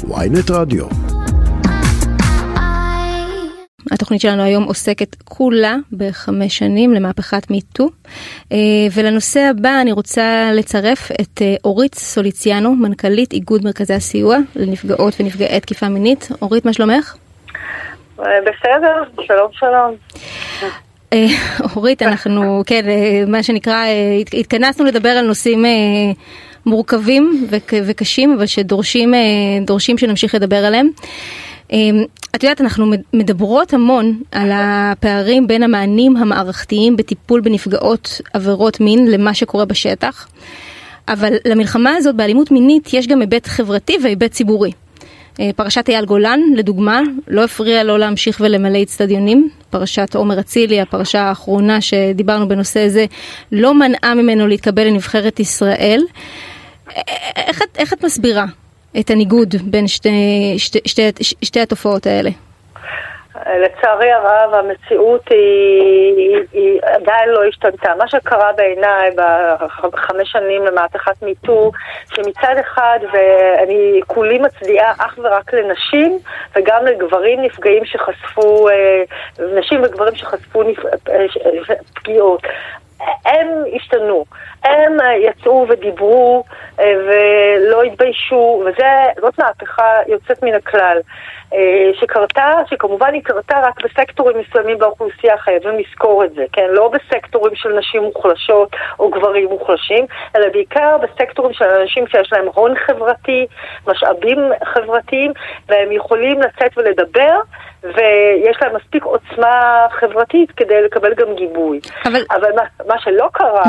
ynet רדיו. התוכנית שלנו היום עוסקת כולה ב5 שנים למהפכת מיטו, ולנושא הבא אני רוצה לצרף את אורית סוליציאנו, מנכ"לית איגוד מרכזי הסיוע לנפגעות ונפגעי תקיפה מינית. אורית, מה שלומך? בסדר, שלום. אורית, אנחנו, כן, מה שנקרא, התכנסנו לדבר על נושאים מורכבים וקשים, אבל שדורשים שנמשיך לדבר עליהם. את יודעת, אנחנו מדברות המון על הפערים בין המענים המערכתיים בטיפול בנפגעות עבירות מין למה שקורה בשטח, אבל למלחמה הזאת באלימות מינית יש גם היבט חברתי והיבט ציבורי. פרשת אייל גולן, לדוגמה, לא הפריע לו להמשיך ולמלא אצטדיונים. פרשת עומר אצילי, הפרשה האחרונה שדיברנו בנושא הזה, לא מנעה ממנו להתקבל לנבחרת ישראל. איך את מסבירה את הניגוד בין שתי התופעות האלה? לצערי הרב, המציאות היא עדיין לא השתנתה. מה שקרה בעיניי ב5 שנים למהפכת מיטו, שמצד אחד, ואני כולי מצדיעה אך ורק לנשים, וגם לגברים נפגעים שחשפו, נשים וגברים שחשפו פגיעות. הם השתנו, הם יצאו ודיברו ולא התביישו, וזאת מהפכה יוצאת מן הכלל שקרתה, שכמובן היא קרתה רק בסקטורים מסוימים באוכלוסייה, חייבים לזכור את זה, כן? לא בסקטורים של נשים מוחלשות או גברים מוחלשים, אלא בעיקר בסקטורים של אנשים שיש להם הון חברתי, משאבים חברתיים, והם יכולים לצאת ולדבר, ויש להם מספיק עוצמה חברתית כדי לקבל גם גיבוי. אבל מה שלא קרה,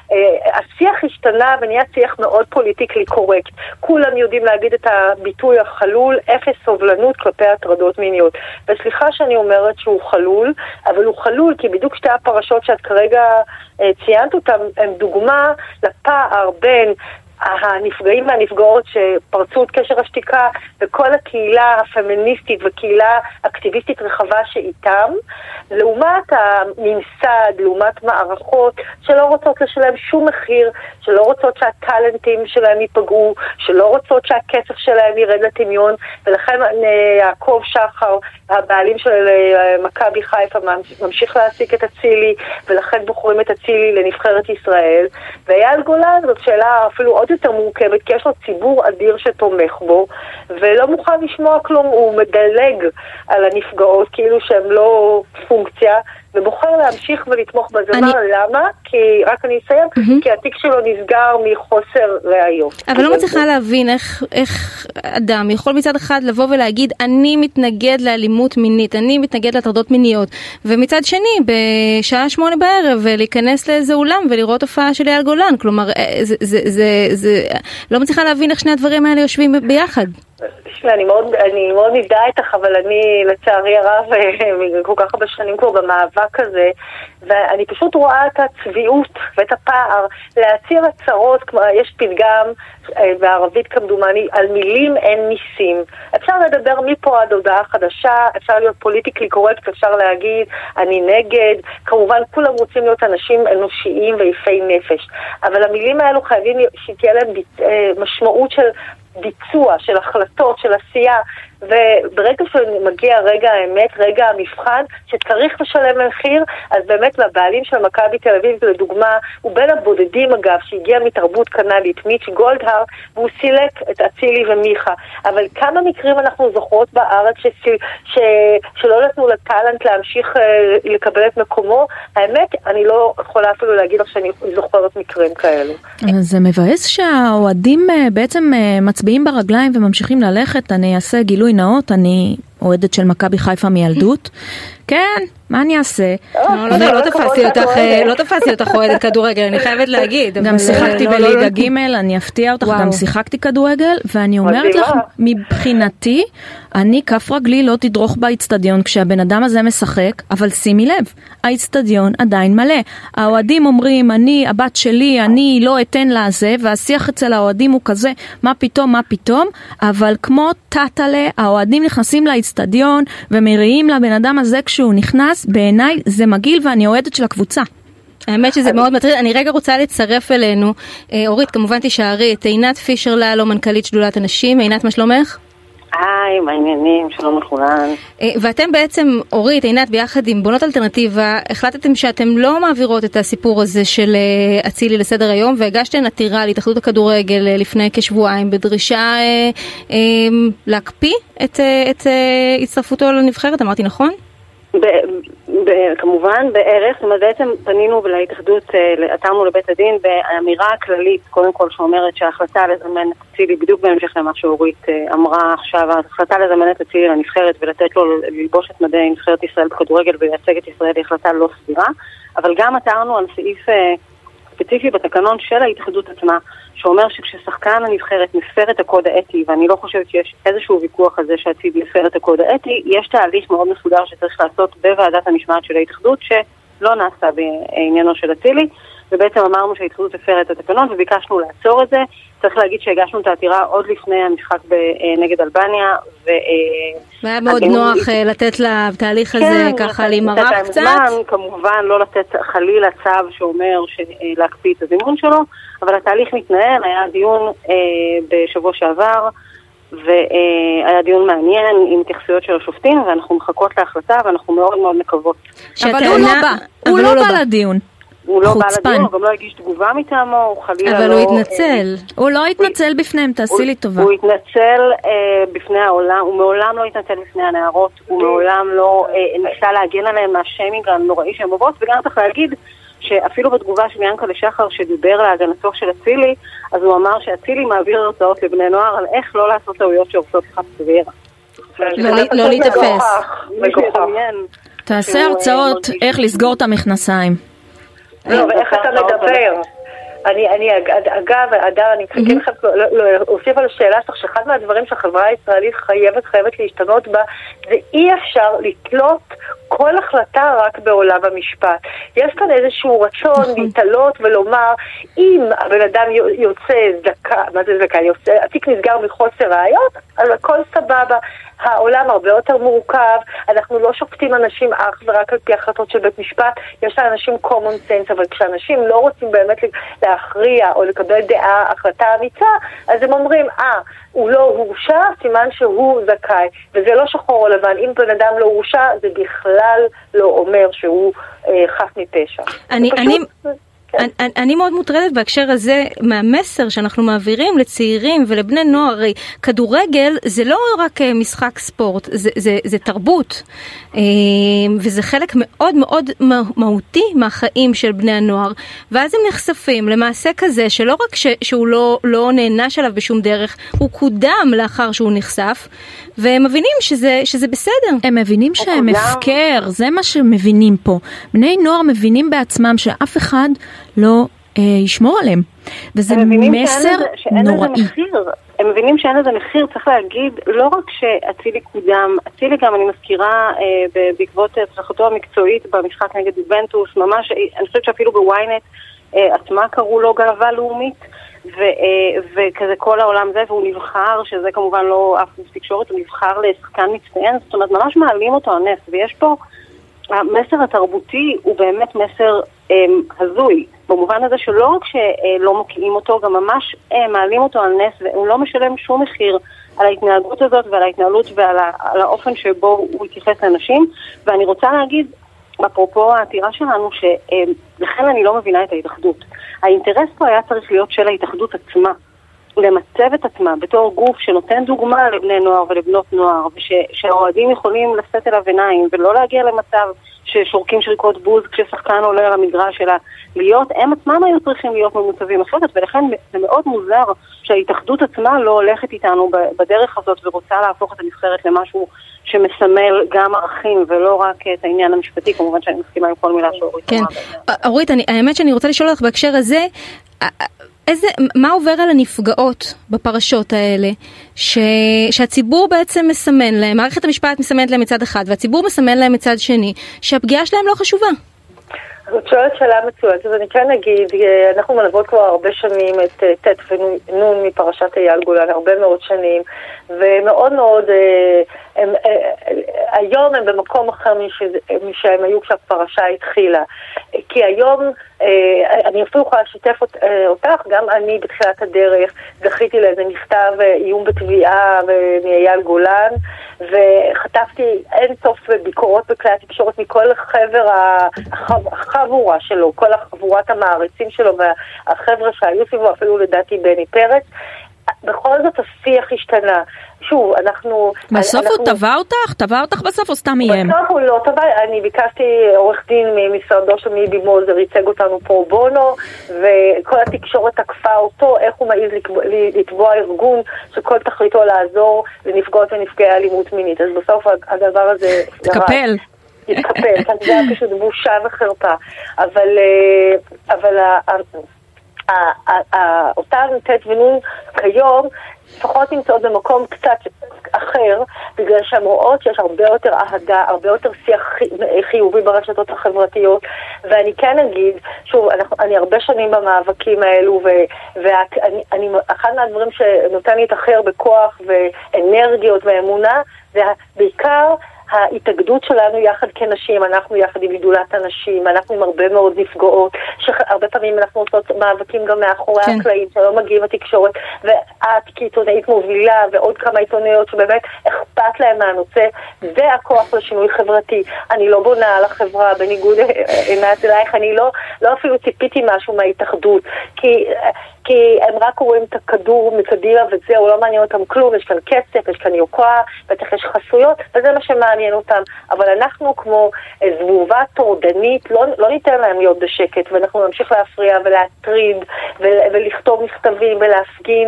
השיח השתנה ונהיה שיח מאוד פוליטיקלי קורקט. כולם יודעים להגיד את הביטוי החלול, אפס סובלנות כלפי הטרדות מיניות. וסליחה שאני אומרת שהוא חלול, אבל הוא חלול כי בדיוק שתי הפרשות שאת כרגע ציינת אותם, הם דוגמה לפער בין הנפגעים והנפגעות שפרצו את קשר השתיקה וכל הקהילה הפמיניסטית וקהילה אקטיביסטית רחבה שאיתם, לעומת הממסד, לעומת מערכות שלא רוצות לשלם שום מחיר, שלא רוצות שהטלנטים שלהם ייפגעו, שלא רוצות שהכסף שלהם ירד לטמיון, ולכן יעקב שחר, הבעלים של מכבי חיפה, ממשיך להעסיק את אצילי, ולכן בוחרים את אצילי לנבחרת ישראל. ואייל גולן, זאת שאלה אפילו עוד יותר מורכבת, כי יש לו ציבור אדיר שתומך בו, ולא מוכן לשמוע כלום, הוא מדלג על הנפגעות, כאילו שהם לא פונקציה, ובוחר להמשיך ולתמוך בזמר. למה? כי, רק אני אסיים, כי התיק שלו נסגר מחוסר ראיות. אבל לא מצליחה להבין איך אדם יכול מצד אחד לבוא ולהגיד, אני מתנגד לאלימות מינית, אני מתנגד להטרדות מיניות, ומצד שני, בשעה 8 בערב, להיכנס לאיזה אולם ולראות הופעה של אייל גולן. כלומר, לא מצליחה להבין איך שני הדברים האלה יושבים ביחד. אני מאוד נדעה איתך, אבל אני לצערי הרב כל כך הרבה שנים כבר במאבק הזה, ואני פשוט רואה את הצביעות ואת הפער להצהיר הצהרות, יש פתגם בערבית כמדומני, על מילים אין ניסים. אפשר לדבר מפה עד הודעה חדשה, אפשר להיות פוליטיקלי קורקט, אפשר להגיד אני נגד, כמובן כולם רוצים להיות אנשים אנושיים ויפי נפש, אבל המילים האלו חייבים שתהיה להם משמעות של ביצוע, של החלטות, של עשייה, וברגע שמגיע רגע האמת, רגע המבחן, שצריך לשלם מחיר, אז באמת הבעלים של מכבי תל אביב, לדוגמה, הוא בין הבודדים אגב, שהגיע מתרבות קנדית, מיץ' גולדהר, והוא סילק את אצילי ומיכה. אבל כמה מקרים אנחנו זוכרות בארץ שלא נתנו לטלנט להמשיך לקבל את מקומו? האמת, אני לא יכולה אפילו להגיד לך שאני זוכרת מקרים כאלו. זה מבאס שהאוהדים בעצם מצביעים ברגליים וממשיכים ללכת. אני אעשה גילוי נאות, אני אוהדת של מכבי חיפה מילדות. כן, מה אני אעשה? לא תפסתי אותך אוהדת כדורגל, אני חייבת להגיד. גם שיחקתי בליגה ג', אני אפתיע אותך, גם שיחקתי כדורגל, ואני אומרת לך, מבחינתי, אני כף רגלי לא תדרוך באצטדיון כשהבן אדם הזה משחק, אבל שימי לב, האצטדיון עדיין מלא. האוהדים אומרים, הבת שלי, אני לא אתן לה זה, והשיח אצל האוהדים הוא כזה, מה פתאום, אבל כמו טאטלה, האוהדים נכנסים לאצטדיון, ומריעים לבן אדם הזה כשהוא נכנס, בעיניי זה מגעיל ואני אוהדת של הקבוצה. האמת שזה מאוד מטריד. אני רגע רוצה לצרף אלינו, אורית, כמובן תישארי, את עינת פישר ללו, מנכ"לית שדולת הנשים. עינת, מה שלומך? צהריים, העניינים, שלום לכולן. ואתם בעצם, אורית, עינת, ביחד עם בונות אלטרנטיבה, החלטתם שאתם לא מעבירות את הסיפור הזה של אצילי לסדר היום, והגשתם עתירה להתאחדות הכדורגל לפני כשבועיים, בדרישה להקפיא את הצטרפותו לנבחרת, אמרתי נכון? כמובן בערך, זאת אומרת בעצם פנינו להתאחדות, עתרנו לבית הדין באמירה הכללית קודם כל שאומרת שההחלטה לזמן את אצילי, בדיוק בהמשך למה שאורית אמרה עכשיו, ההחלטה לזמן את אצילי לנבחרת ולתת לו ללבוש את מדי נבחרת ישראל בכדורגל ולייצג את ישראל היא החלטה לא סבירה, אבל גם עתרנו על סעיף ספציפי בתקנון של ההתאחדות עצמה שאומר שכששחקן הנבחרת מפר את הקוד האתי, ואני לא חושבת שיש איזשהו ויכוח על זה שאצילי מפר את הקוד האתי, יש תהליך מאוד מסודר שצריך לעשות בוועדת המשמעת של ההתאחדות שלא נעשה בעניינו של אצילי, ובעצם אמרנו שההתאחדות הפרה את התקנון וביקשנו לעצור את זה. צריך להגיד שהגשנו את העתירה עוד לפני המשחק נגד אלבניה, והיה מאוד נוח לתת לתהליך הזה ככה להימרח קצת. כמובן לא לתת חלילה צו שאומר להקפיא את הזימון שלו, אבל התהליך מתנהל, היה דיון בשבוע שעבר, והיה דיון מעניין עם התייחסויות של השופטים, ואנחנו מחכות להחלטה, ואנחנו מאוד מאוד מקוות. אבל הוא לא בא לדיון. הוא לא בא לדיון, הוא גם לא הגיש תגובה מטעמו, הוא חלילה לא... אבל הוא התנצל. הוא לא התנצל בפניהם, תעשי לי טובה. הוא התנצל בפני העולם, הוא מעולם לא התנצל בפני הנערות, הוא מעולם לא ניסה להגן עליהם מהשיימינג הנוראי שהם עוברות, וגם צריך להגיד שאפילו בתגובה של ינקה לשחר שדיבר להגנתו של אצילי, אז הוא אמר שאצילי מעביר הרצאות לבני נוער על איך לא לעשות טעויות שעושות לך סבירה. לא להתאפס. תעשה הרצאות איך לסגור את המכנסיים. לא, ואיך אתה מדבר? אגב, אדר, אני כן אוסיף על השאלה שלך, שאחד מהדברים שהחברה הישראלית חייבת להשתנות בה, זה אי אפשר לתלות כל החלטה רק בעולם המשפט. יש כאן איזשהו רצון להתעלות ולומר, אם הבן אדם יוצא זכה, מה זה זכה? התיק נסגר מחוסר ראיות, אז הכל סבבה. העולם הרבה יותר מורכב, אנחנו לא שופטים אנשים אך ורק על פי החלטות של בית משפט, יש לאנשים common sense, אבל כשאנשים לא רוצים באמת להכריע או לקבל דעה, החלטה אמיצה, אז הם אומרים, הוא לא הורשע, סימן שהוא זכאי, וזה לא שחור או לבן, אם בן אדם לא הורשע, זה בכלל לא אומר שהוא חף מפשע. אני מאוד מוטרדת בהקשר הזה מהמסר שאנחנו מעבירים לצעירים ולבני נוער. הרי כדורגל זה לא רק משחק ספורט, זה תרבות, וזה חלק מאוד מאוד מהותי מהחיים של בני הנוער, ואז הם נחשפים למעשה כזה שלא רק שהוא לא נענש עליו בשום דרך, הוא קודם לאחר שהוא נחשף, והם מבינים שזה בסדר. הם מבינים שהם הפקר, זה מה שמבינים פה. בני נוער מבינים בעצמם שאף אחד לא ישמור עליהם, וזה מסר נוראי. הם מבינים שאין לזה מחיר, צריך להגיד, לא רק שאצילי קודם, אצילי גם אני מזכירה בעקבות הצלחתו המקצועית במשחק נגד יובנטוס, ממש, אני חושבת שאפילו בוויינט עצמה קראו לו גאווה לאומית, וכזה כל העולם זה, והוא נבחר, שזה כמובן לא אף תקשורת, הוא נבחר לשחקן מצטיין, זאת אומרת, ממש מעלים אותו הנס, ויש פה, המסר התרבותי הוא באמת מסר הזוי, במובן הזה שלא רק שלא מוקיעים אותו, גם ממש מעלים אותו על נס, והוא לא משלם שום מחיר על ההתנהגות הזאת ועל ההתנהלות ועל האופן שבו הוא התייחס לאנשים. ואני רוצה להגיד, אפרופו העתירה שלנו, שלכן אני לא מבינה את ההתאחדות. האינטרס פה היה צריך להיות של ההתאחדות עצמה, למצב את עצמה בתור גוף שנותן דוגמה לבני נוער ולבנות נוער, ושהאוהדים יכולים לשאת אליו עיניים ולא להגיע למצב ששורקים שריקות בוז כששחקן עולה על המגרש שלה, להיות, הם עצמם היו צריכים להיות ממוצבים אחרת, ולכן זה מאוד מוזר שההתאחדות עצמה לא הולכת איתנו בדרך הזאת ורוצה להפוך את הנבחרת למשהו שמסמל גם ערכים ולא רק את העניין המשפטי, כמובן שאני מסכימה עם כל מילה שאורית. כן, אורית, האמת שאני רוצה לשאול אותך בהקשר הזה, מה עובר על הנפגעות בפרשות האלה, שהציבור בעצם מסמן להם, מערכת המשפט מסמנת להם מצד אחד, והציבור מסמן להם מצד שני, שהפגיעה שלהם לא חשובה? זאת שואלת שאלה מצוינת, אז אני כן אגיד, אנחנו מלוות כבר הרבה שנים את ט' ונון מפרשת אייל גולן, הרבה מאוד שנים, ומאוד מאוד, היום הם במקום אחר משהם היו כשהפרשה התחילה. כי היום, אני אפילו יכולה לשתף אותך, גם אני בתחילת הדרך זכיתי לאיזה מכתב איום בתביעה מאייל גולן, וחטפתי אין סוף ביקורות בכלי התקשורת מכל חבר החבורה שלו, כל החבורת המעריצים שלו והחבר'ה שהיו סביבו, אפילו לדעתי בני פרץ. בכל זאת השיח השתנה. שוב, בסוף הוא תבע אותך בסוף או סתם איים? בסוף הוא לא תבע, אני ביקשתי עורך דין ממשרדו של מיבי מוזר, ייצג אותנו פרו בונו, וכל התקשורת תקפה אותו, איך הוא מעז לתבוע ארגון שכל תכליתו לעזור לנפגעות ונפגעי אלימות מינית. אז בסוף הדבר הזה תקפל. התקפל, זה היה פשוט בושה וחרפה. אבל אותן ט' ונון כיום לפחות נמצאות במקום קצת אחר, בגלל שהן רואות שיש הרבה יותר אהדה, הרבה יותר שיח חיובי ברשתות החברתיות, ואני כן אגיד, שוב, אני הרבה שנים במאבקים האלו, ואני אחד מהדברים שנותן לי את הכי הרבה כוח ואנרגיות ואמונה, זה בעיקר ההתאגדות שלנו יחד כנשים, אנחנו יחד עם גדולת הנשים, אנחנו עם הרבה מאוד נפגעות, שהרבה פעמים אנחנו עושות מאבקים גם מאחורי הקלעים, שלא מגיעים לתקשורת, ואת כעיתונאית מובילה, ועוד כמה עיתונאיות שבאמת אכפת להם מהנושא, זה הכוח לשינוי חברתי. אני לא בונה על החברה, בניגוד עינת אלייך, אני לא אפילו ציפיתי משהו מההתאחדות, כי הם רק רואים את הכדור מקדימה וזהו, לא מעניין אותם כלום, יש כאן כסף, יש כאן יוקרה, בטח יש חסויות, וזה מה שמעניין אותם. אבל אנחנו כמו זבובה טורדנית, לא ניתן להם להיות בשקט, ואנחנו נמשיך להפריע ולהטריד, ולכתוב מכתבים ולהפגין,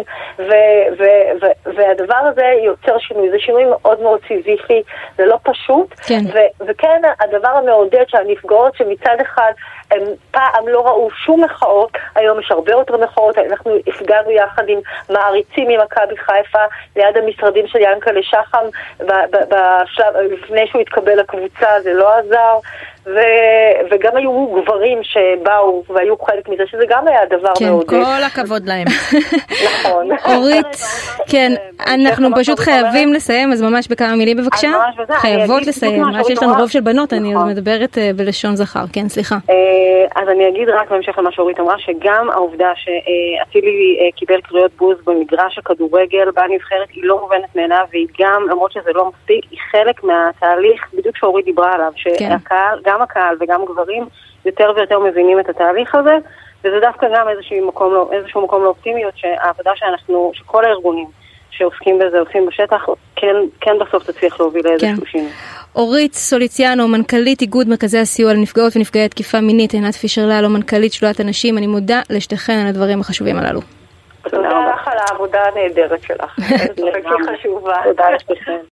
והדבר הזה יוצר שינוי. זה שינוי מאוד מאוד סיזיפי, זה לא פשוט, וכן הדבר המעודד שהנפגעות שמצד אחד הם פעם לא ראו שום מחאות, היום יש הרבה יותר מחאות, אנחנו הפגענו יחד עם מעריצים ממכבי חיפה ליד המשרדים של ינקלה שחם בשלב, לפני שהוא התקבל לקבוצה, זה לא עזר, וגם היו גברים שבאו והיו חלק מזה, שזה גם היה דבר מאוד. כן, כל הכבוד להם. נכון. אורית, כן, אנחנו פשוט חייבים לסיים, אז ממש בכמה מילים בבקשה. חייבות לסיים, מה שיש לנו רוב של בנות, אני מדברת בלשון זכר, כן, סליחה. אז אני אגיד רק בהמשך למה שאורית אמרה, שגם העובדה שאצילי קיבל קריאות בוז במגרש הכדורגל בנבחרת היא לא מובנת מאליו, והיא גם, למרות שזה לא מספיק, היא חלק מהתהליך, בדיוק שאורית דיברה עליו, שהקהל, גם הקהל וגם גברים יותר ויותר מבינים את התהליך הזה, וזה דווקא גם איזשהו מקום לאופטימיות, שהעבודה שכל הארגונים שעוסקים בזה, עושים בשטח, כן בסוף תצליח להוביל לאיזשהו שינוי. אורית סוליציאנו, מנכ"לית איגוד מרכזי הסיוע לנפגעות ונפגעי תקיפה מינית, עינת פישר-ללו, מנכ"לית שדולת הנשים, אני מודה לשתיכן על הדברים החשובים הללו. תודה לך על העבודה הנהדרת שלך. זה חשובה. תודה לשתיכן.